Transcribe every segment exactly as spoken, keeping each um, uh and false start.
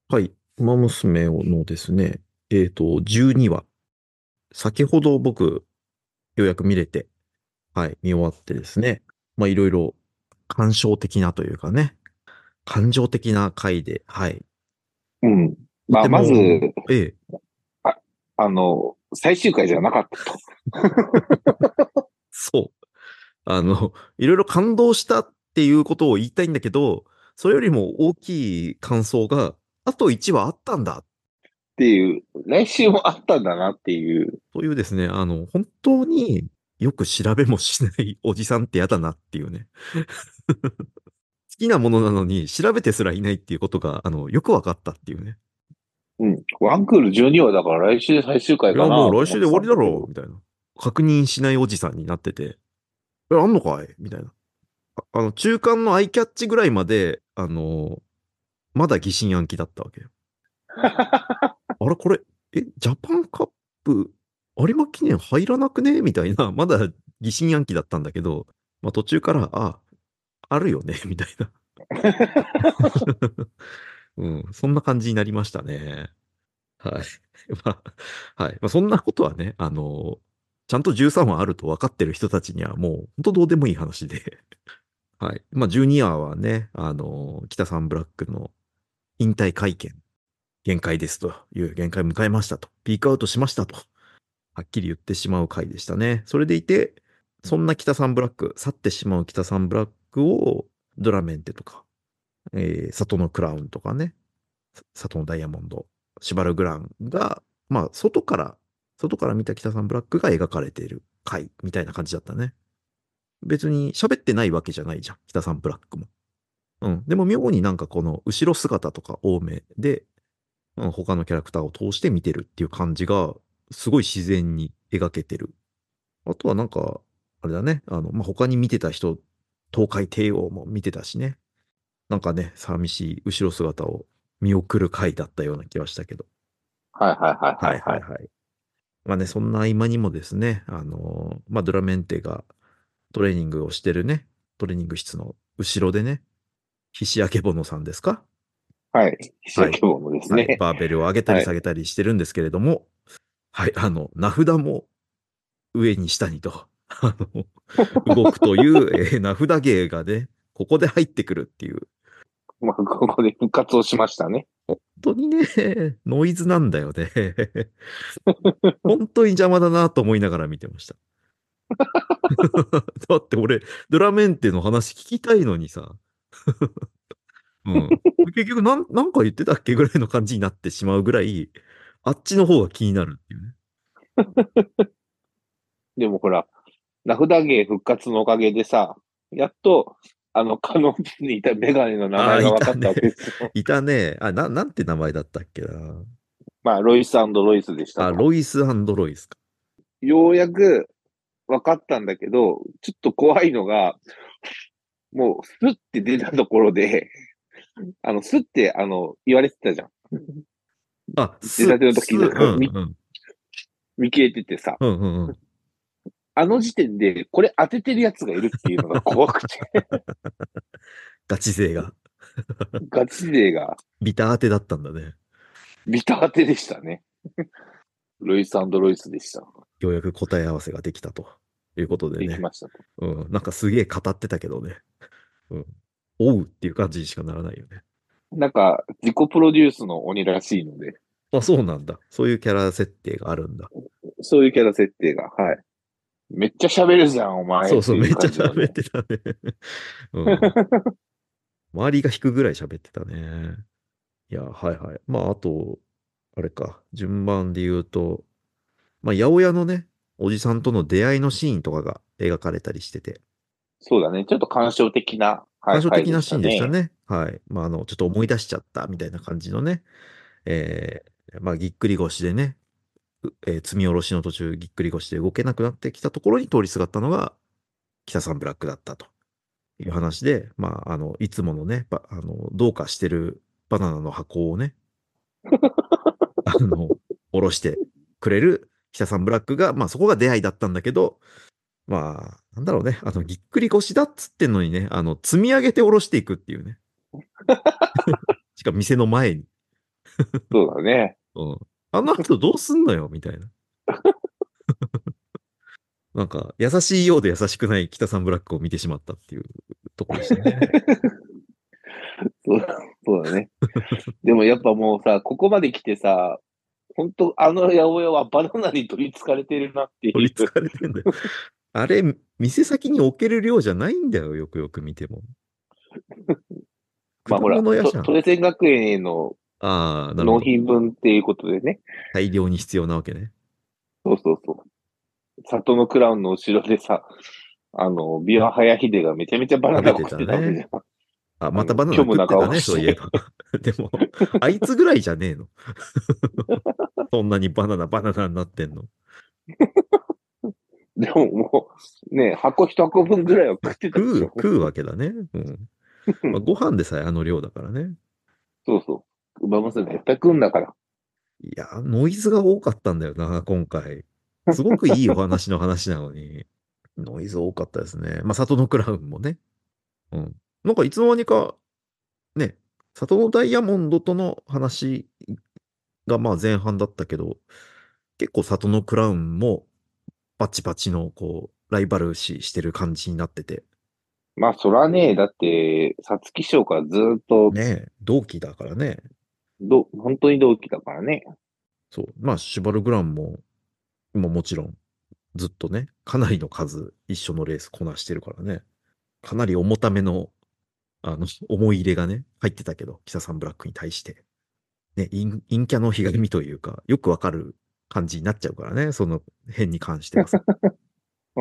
はい。馬娘のですね、えっと、じゅうにわ。先ほど僕、ようやく見れて、はい、見終わってですね。まあ、いろいろ感傷的なというかね、感情的な回で、はい。 うん。まあ、 とてまず、 も、ええ、 あ、あの、最終回じゃなかったと。 そう。あの、いろいろ感動したっていうことを言いたいんだけど、それよりも大きい感想が、あといちわあったんだ。 っていう、来週もあったんだなっていう。 というですね、あの、本当によく調べもしないおじさんってやだなっていうね。好きなものなのに調べてすらいないっていうことが、あの、よくわかったっていうね。 うん。ワンクールじゅうにわだから来週で最終回いや、 かもうなと思って来週で終わりだたんだけど。 ろうみたいな。確認しないおじさんになってて、え、あんのかいみたいな。あ、あの、中間のアイキャッチぐらいまで、あの、まだ疑心暗鬼だったわけよ。あれ、これ、え、ジャパンカップ、有馬記念入らなくねみたいな、まだ疑心暗鬼だったんだけど、まあ途中から、あ、あるよねみたいな。うん、そんな感じになりましたね。はい。まあ、はい。まあ、そんなことはね、あの、ちゃんとじゅうさんわあると分かってる人たちにはもう、本当どうでもいい話で。はい。まあ、じゅうにわはね、あの、北サンブラックの引退会見、限界ですという限界を迎えましたと。ピークアウトしましたと。はっきり言ってしまう回でしたね。それでいて、そんな北サンブラック、去ってしまう北サンブラックを、ドラメンテとか、えー、里のクラウンとかね、里のダイヤモンド、シバルグランが、まあ、外から、外から見た北さんブラックが描かれている回みたいな感じだったね。別に喋ってないわけじゃないじゃん、北さんブラックも。うん。でも妙になんかこの後ろ姿とか多めで、うん、他のキャラクターを通して見てるっていう感じが、すごい自然に描けてる。あとはなんか、あれだね、あの、まあ、他に見てた人、東海帝王も見てたしね。なんかね、寂しい後ろ姿を見送る回だったような気はしたけど。 はいはいはいはいはいはい。 はいはい。まあね、そんな合間にもですね、あのーまあ、ドラメンテがトレーニングをしてるね、トレーニング室の後ろでね、ひしやけぼのさんですか？ はい。石はい。 焼き物ですはい。 ね。 バーベルを上げたりはい。 下げたりしてるんですけれども、はい。あの、名札も上に下にと、あの、動くという、えー名札芸がね、ここで入ってくるっていう、 まあ、ここで復活をしましたね。 本当にね、ノイズなんだよね。本当に邪魔だなと思いながら見てました。だって俺、ドラメンテの話聞きたいのにさ、うん。結局なん、なんか言ってたっけぐらいの感じになってしまうぐらい、あっちの方が気になるっていうね。 でもほら、名札芸復活のおかげでさ、やっと、あの、カノンにいたメガネの名ああ、 前がいたね。 分かったわけですよ。 いたね。あ、な、なんて名前だったっけな。 まあ、ロイスロイスでしたあ、 と。 ロイスロイスか。 ようやく分かったんだけど、ちょっと怖いのが、もう、スッて出たところで、あの、スッて、あの、言われてたじゃん。 あ、す、 出たてのす、 時、なんうか見、 ん、うん、 見切れててさ、 うん、うん、うん。 あの時点で、これ当ててるやつがいるっていうのが怖くて、 ガチ勢が。 ガチ勢がビタ当てだったんだね。 ビタ当てでしたね。ロイスロイスでした。 ようやく答え合わせができたということでね。 できましたと。 うん、なんかすげえ語ってたけどね。うん。おうっていう感じにしかならないよね。 なんか、自己プロデュースの鬼らしいので、 あ、そうなんだ。そういうキャラ設定があるんだ。 そういうキャラ設定が、はい。めっちゃ喋るじゃん、お前そうそう、 っていうめっちゃ感じのね。 喋ってたね。うん。周りが引くぐらい喋ってたね。いや、はいはい。まあ、あと、あれか、順番で言うと、まあ、八百屋のね、おじさんとの出会いのシーンとかが描かれたりしてて、 そうだね。ちょっと感傷的な、はい、 感傷回でし的なシーンでしたたね。 ね。はい。まあ、あの、ちょっと思い出しちゃったみたいな感じのね、えーまあ、ぎっくり腰でね、うえー積み下ろしの途中、ぎっくり腰で動けなくなってきたところに通りすがったのが、北さんブラックだったという話で、まあ、あの、いつものね、ばあの、どうかしてるバナナの箱をね、あの、下ろしてくれる北さんブラックが、まあ、そこが出会いだったんだけど、まあ、なんだろうね、あの、ぎっくり腰だっつってんのにね、あの、積み上げて下ろしていくっていうね。しかも店の前に。 そうだね。 うん。あの後どうすんのよみたいな。なんか、優しいようで優しくない北さんブラックを見てしまったっていうとこでしたね。 そうだ、そうだね。でもやっぱもうさ、ここまで来てさ、本当あの八百屋はバナナに取り憑かれてるなっていう。 取り憑かれてんだよ。あれ、店先に置ける量じゃないんだよ、よくよく見ても。果まあほら、と、 物屋じゃん。 トレセン学園へのああ、なるほ納ど。 品分っていうことでね。 大量に必要なわけね。 そうそうそう。里のクラウンの後ろでさ、あの、ビワハヤヒデがめちゃめちゃバナ食べてナ食ってたわけじたね。 ゃん。 あ、 あの、 またバナナ虚無な食ってたね、 顔して。 そういえば。でも、あいつぐらいじゃねえの。そんなにバナナ、バナナになってんの。 でももう、ね、箱一箱分ぐらいは食ってたで食う、 しょ。 食うわけだね。うん。まあ、ご飯でさえあの量だからね。 そうそう。馬娘絶対食うんだから。 いや、ノイズが多かったんだよな、今回。すごくいいお話の話なのに、ノイズ多かったですね。まあ、里のクラウンもね。うん。なんかいつの間にか、ね、里のダイヤモンドとの話がまあ前半だったけど、結構里のクラウンもバチバチのこう、ライバル視してる感じになってて、 まあ、そらね、だって、皐月賞からずっと、 ね、同期だからね。 ど、本当に同期だからね。 そう。まあ、シュバルグランも、ももちろんずっとね、かなりの数一緒のレースこなしてるからね。かなり重ための、あの、思い入れがね、入ってたけど、キササンブラックに対して。ね、陰陰キャのひがみというか、よくわかる感じになっちゃうからね、その辺に関してはさ。 うん、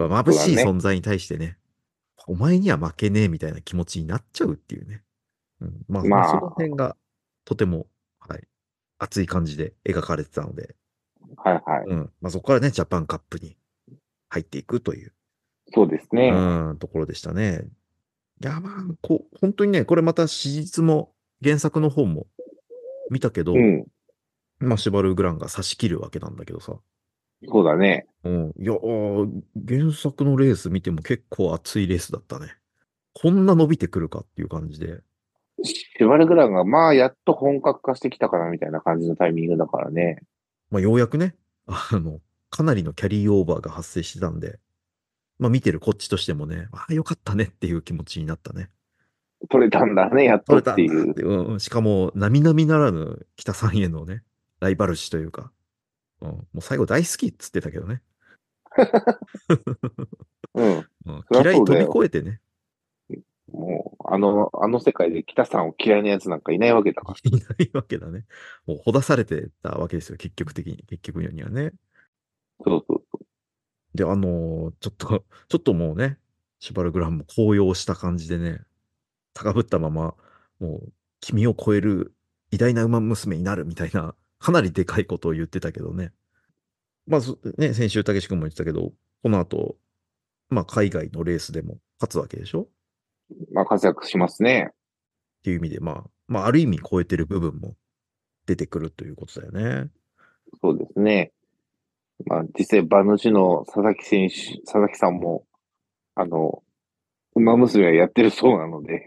やっぱ眩そうだね。 しい存在に対してね、お前には負けねえみたいな気持ちになっちゃうっていうね。うん、まあ、まあ、そのまあ、 辺がとても、はい、熱い感じで描かれてたので、 はいはい。 うん、まあ、そこからね、ジャパンカップに入っていくという、 そうですね。 うん、ところでしたね。いや、まあ、こう、本当にね、これまた史実も原作の方も見たけど、 うん、 まあ、シュバルグランが差し切るわけなんだけどさ。 そうだね。 うん。いや、あー原作のレース見ても結構熱いレースだったね。こんな伸びてくるかっていう感じで。 シュバルグランが、まあ、やっと本格化してきたかな、みたいな感じのタイミングだからね。 まあ、ようやくね、あの、かなりのキャリーオーバーが発生してたんで、まあ、見てるこっちとしてもね、ああ、よかったねっていう気持ちになったね。 取れたんだね、やっとっ取れたていう。 んだって、うん、しかも、並々ならぬ北さんへのね、ライバル視というか、うん、もう最後大好きっつってたけどね。 うん。 うん、 そりゃ嫌い飛びそうだよ。 越えてね、 もう、あの、あの世界で北さんを嫌いな奴なんかいないわけだかいないわけだね。もうほだされてたわけですよ、結局的に。結局にはね。 ら。そうそうそで、あのーちょっと、ちょっともうね、シュバルグランも高揚した感じでね、高ぶったまま、もう、君を超える偉大な馬娘になるみたいな、かなりでかいことを言ってたけどね。まあ、そね、先週、たけし君も言ってたけど、この後、まあ、海外のレースでも勝つわけでしょっう。まあ、活躍しますね。 ていう意味で、まあ、まあ、ある意味超えてる部分も出てくるということだよね。 そうですね。まあ、実際、馬主の佐々木選手、佐々木さんも、あの、馬娘はやってるそうなので、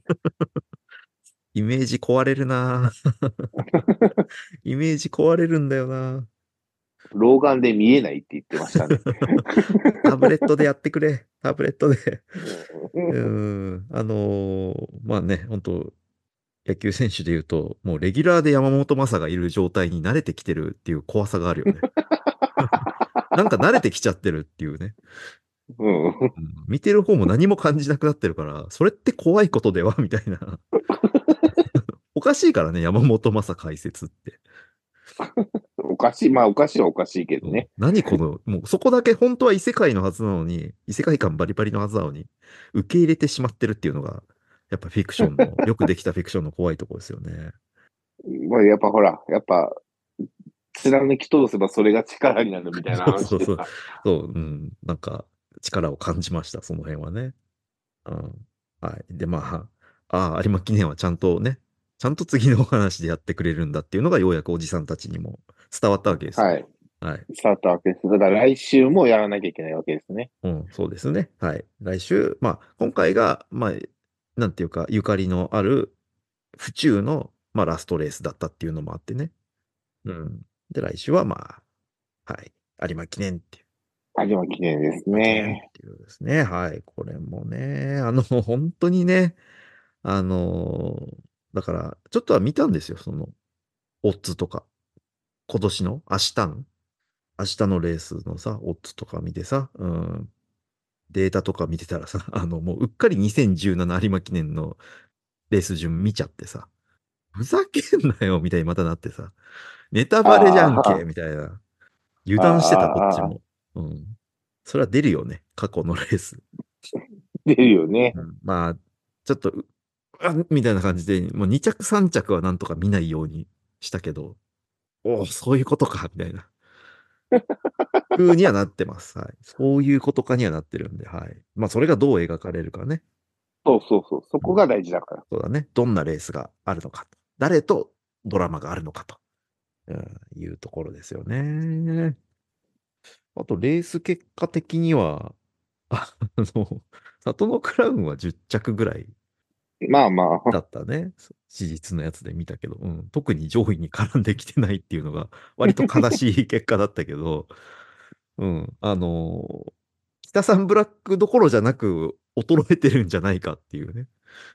イメージ壊れるなぁ。イメージ壊れるんだよな。 老眼で見えないって言ってましたね。 タブレットでやってくれ。タブレットで。ううんん。あのーまあね、本当野球選手で言うと、もうレギュラーで山本昌がいる状態に慣れてきてるっていう怖さがあるよね。なんか慣れてきちゃってるっていうね。 うんうん、見てる方も何も感じなくなってるから、それって怖いことではみたいな。おかしいからね、山本昌解説って。 おかしい。まあ、おかしいはおかしいけどうん、 ね。 何この、もうそこだけ本当は異世界のはずなのに、異世界観バリバリのはずなのに、受け入れてしまってるっていうのが、やっぱフィクションの、よくできたフィクションの怖いところですよね。 まあ、やっぱほら、やっぱ、貫き通せばそれが力になるみたいなそうそうそう。 話でさ。 そう、うん、なんか力を感じました、その辺はね。うん。はい。で、まあ、ああ、有馬記念はちゃんとね、ちゃんと次のお話でやってくれるんだっていうのがようやくおじさんたちにも伝わったわけですよ。 はい。 はい。 スタートわけです。だから来週もやらなきゃいけないわけですね。 うん、そうですね。はい。来週、まあ、今回が、まあ、なんていうか、ゆかりのある府中のまあラストレースだったっていうのもあってね。うん。で、来週はまあ、はい。有馬記念っていう。 有馬記念です有馬記念っね。 ていうですね。はい。これもね、あの、本当にね、あのだから、ちょっとは見たんですよ。その、オッズとか。今年の明日の明日のレースのさ、オッズとか見てさ、うん、データとか見てたらさ、あの、もううっかりにせんじゅうなな有馬記念のレース順見ちゃってさ、ふざけんなよみたいにまたなってさ、ネタバレじゃんけあみたいな。油あ、 断してた、こっああ、ああ、 ちも。うん。それは出るよね、過去のレース。 出るよね。 うん、まあ、ちょっと、うあみたいな感じで、もうに着さん着はなんとか見ないようにしたけど、おお、そういうことか、みたいな。風にはなってます。はい。そういうことかにはなってるんで、はい。まあ、それがどう描かれるかね。 そうそうそう。そうん、 こが大事だから。 そうだね。どんなレースがあるのかと。誰とドラマがあるのかと、うん、いうところですよね。あと、レース結果的には、あの、里のクラウンはじゅっ着ぐらいまあまあ、 だったね。史実のやつで見たけど、うん、特に上位に絡んできてないっていうのが、割と悲しい結果だったけど、うん、あのー北さんブラックどころじゃなく衰えてるんじゃないかっていうね。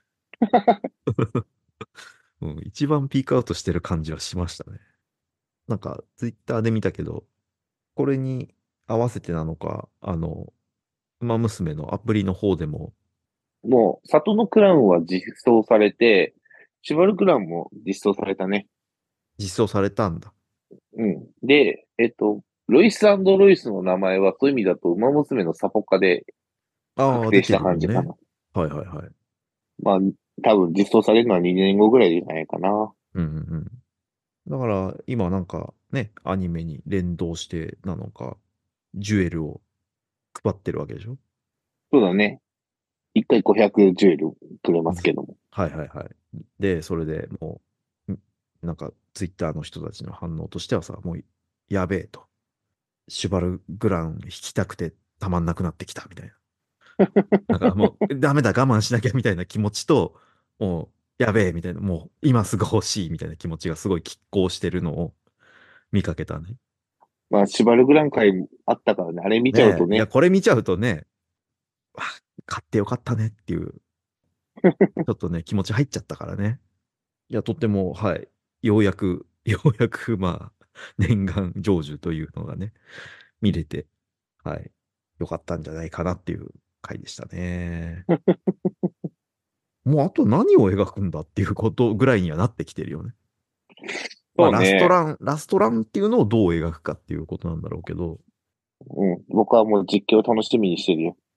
うん、一番ピークアウトしてる感じはしましたね。なんか、ツイッターで見たけど、これに合わせてなのか、あの、ウマ娘のアプリの方でももう、里のクラウンは実装されて、シュバルクラウンも実装されたね。 実装されたんだ。 うん。で、えっと、ロイスロイスの名前はそういう意味だと、馬娘のサポカでああ、出て確定したるよね。 感じかな。 はいはいはい。 まあ、多分実装されるのはにねんごぐらいじゃないかな。 うんうんうん。だから、今なんかね、アニメに連動してなのか、ジュエルを配ってるわけでしょ。 そうだね。いっかいごひゃくジュエルくれますずけども。 はいはいはい。で、それでもう、んなんか、ツイッターの人たちの反応としてはさ、もう、やべえと。シュバルグラン引きたくてたまんなくなってきたみたいな。なんかもう、ダメだ、我慢しなきゃみたいな気持ちと、もう、やべえみたいな、もう、今すぐ欲しいみたいな気持ちがすごい拮抗してるのを見かけたね。 まあ、シュバルグラン会あったからね。あれ見ちゃうねえ、いや、 とね。 これ見ちゃうとね、あ、買ってよかったねっていう、ちょっとね、気持ち入っちゃったからね。いや、とっても、はい、ようやく、ようやく、まあ、念願成就というのがね、見れて、はい、よかったんじゃないかなっていう回でしたね。もうあと何を描くんだっていうことぐらいにはなってきてるよね。まあ、ラストそうね。 ラン、ラストランっていうのをどう描くかっていうことなんだろうけど、 うん。僕はもう実況楽しみにしてるよ。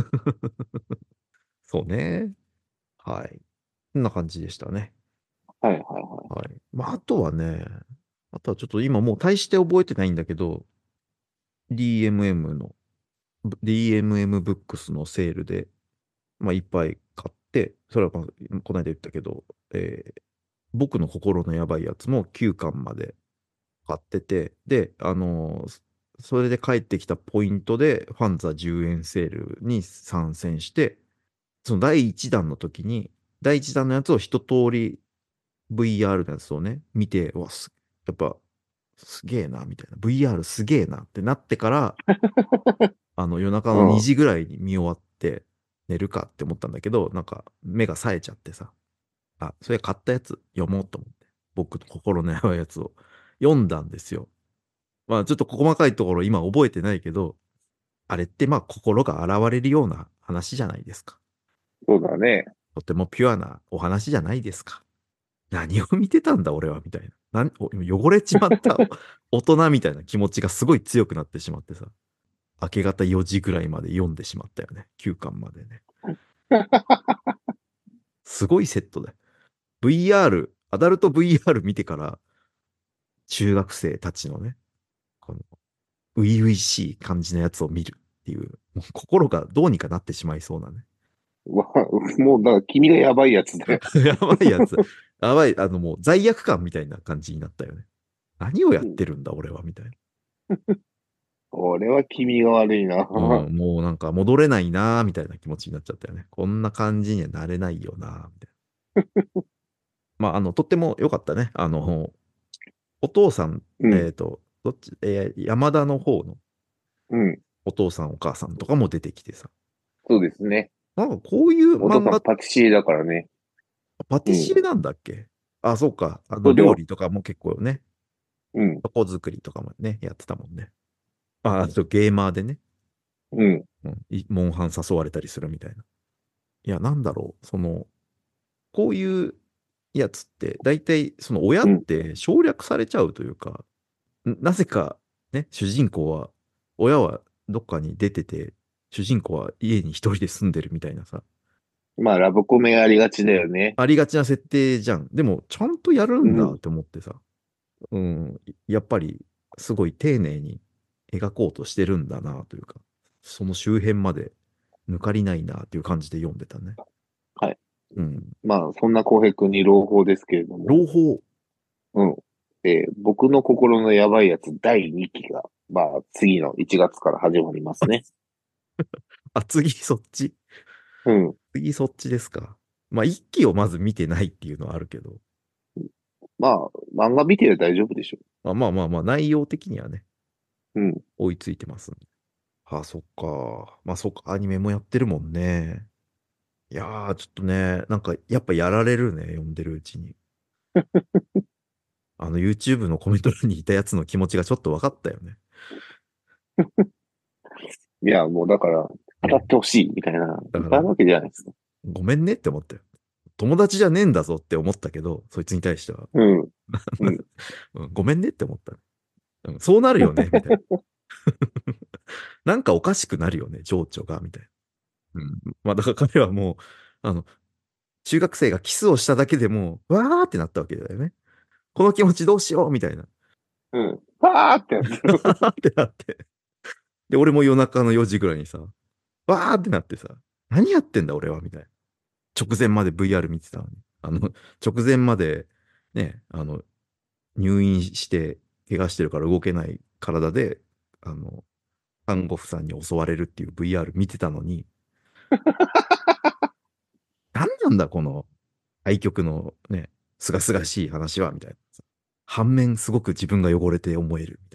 そうね。はい。こんな感じでしたね。 はいはいははい。まあ、あとはね、あとはちょっと今もう大して覚えてないんだけど、ディーエムエム の、ディーエムエム ブックスのセールで、まあ、いっぱい買って、それはまあこの間言ったけど、えー僕の心のやばいやつもきゅうかんまで買ってて、で、あのーそれで帰ってきたポイントで、ファンザじゅうえんセールに参戦して、そのだいいちだんの時に、だいいちだんのやつを一通り ブイアール のやつをね、見て、うわ、す、やっぱ、すげえな、みたいな。ブイアール すげえなってなってから、あの、夜中い。 の2 うん。 時ぐらいに見終わって寝るかって思ったんだけど、なんか目が冴えちゃってさ、あ、それ買ったやつ読もうと思って、僕の心のやばいやつを読んだんですよ。まあちょっと細かいところ今覚えてないけど、あれってまあ心が洗われるような話じゃないですか。 そうだね。 とてもピュアなお話じゃないですか。何を見てたんだ俺はみたいな。なんお汚れちまった大人みたいな気持ちがすごい強くなってしまってさ、明け方よじぐらいまで読んでしまったよね。きゅうかんまでね。すごいセットで。ブイアール、アダルト ブイアール 見てから中学生たちのね、この初々しい感じのやつを見るっていう、もう心がどうにかなってしまいそうなね。 わ、もう、だから君がやばいやつだよ。 やばいやつ。やばい、あのもう罪悪感みたいな感じになったよね。何をやってるんだ俺はみたいな。 俺は君が悪いな。 うん、もうなんか戻れないなーみたいな気持ちになっちゃったよね。こんな感じにはなれないよなーみたいまあ、あの、とっても良かったね。あの、お父さん、 うん、 えっと、どっち、えー山田の方のうん。 お父さんお母さんとかも出てきてさ。 そうですね。 なんかこういうお父さん漫画、 パティシエだからね。 パテうん。 ィシエなんだっけ？あ、そうか。あの、 そうだよ。 料理とかも結構ね、 うん、 チョコ作りとかもね、やってたもんね。あ、あとゲーマーでね、 うん、 うん、いモンハン誘われたりするみたいな。いや、なんだろう。その、こういうやつって、大体、その親っうん。 て省略されちゃうというか、んなぜか、ね、主人公は、親はどっかに出てて、主人公は家に一人で住んでるみたいなさ、 まあ、ラブコメありがちだよね。 ありがちな設定じゃん。でも、ちゃんとやるうん。 んだって思ってさ、うん、やっぱり、すごい丁寧に描こうとしてるんだなというか、その周辺まで抜かりないなっていう感じで読んでたね。 はい。 うん。 まあ、そんな浩平君に朗報ですけれども。 朗報。 うん。えー僕の心のやばいやつだいにきが、まあ、次のいちがつから始まりますね。 あ、次そっち。 うん。 次そっちですか。まあ、一期をまず見てないっていうのはあるけど、 まあ、漫画見てる大丈夫でしょ。 まあまあまあまあ、内容的にはね、 うん。 追いついてますんで。ああ、そっか。まあそっか、アニメもやってるもんね。いやー、ちょっとね、なんかやっぱやられるね、読んでるうちに。あの YouTube のコメント欄にいたやつの気持ちがちょっと分かったよね。 いや、もうだから、 うん。 語ってほしいみたいな、 だから、 いっぱいあるわけじゃないですか。 ごめんねって思ったよ。友達じゃねえんだぞって思ったけど、そいつに対しては。 うん。うん。 うん、ごめんねって思った。うん、そうなるよね、みたいな。なんかおかしくなるよね、情緒が、みたいな。うん。まあ、だから彼はもう、あの、中学生がキスをしただけでもう、わーってなったわけだよね。この気持ちどうしようみたいな。 うん。パーってやつ。 ってなって。で、俺も夜中のよじぐらいにさ、わーってなってさ、何やってんだ俺はみたいな。直前まで ブイアール 見てたのに。あの、直前まで、ね、あの、入院して、怪我してるから動けない体で、あの、看護婦さんに襲われるっていう ブイアール 見てたのに、何なんだこの対局のね、すがすがしい話は、みたいな。反面すごく自分が汚れて思えるみたいな。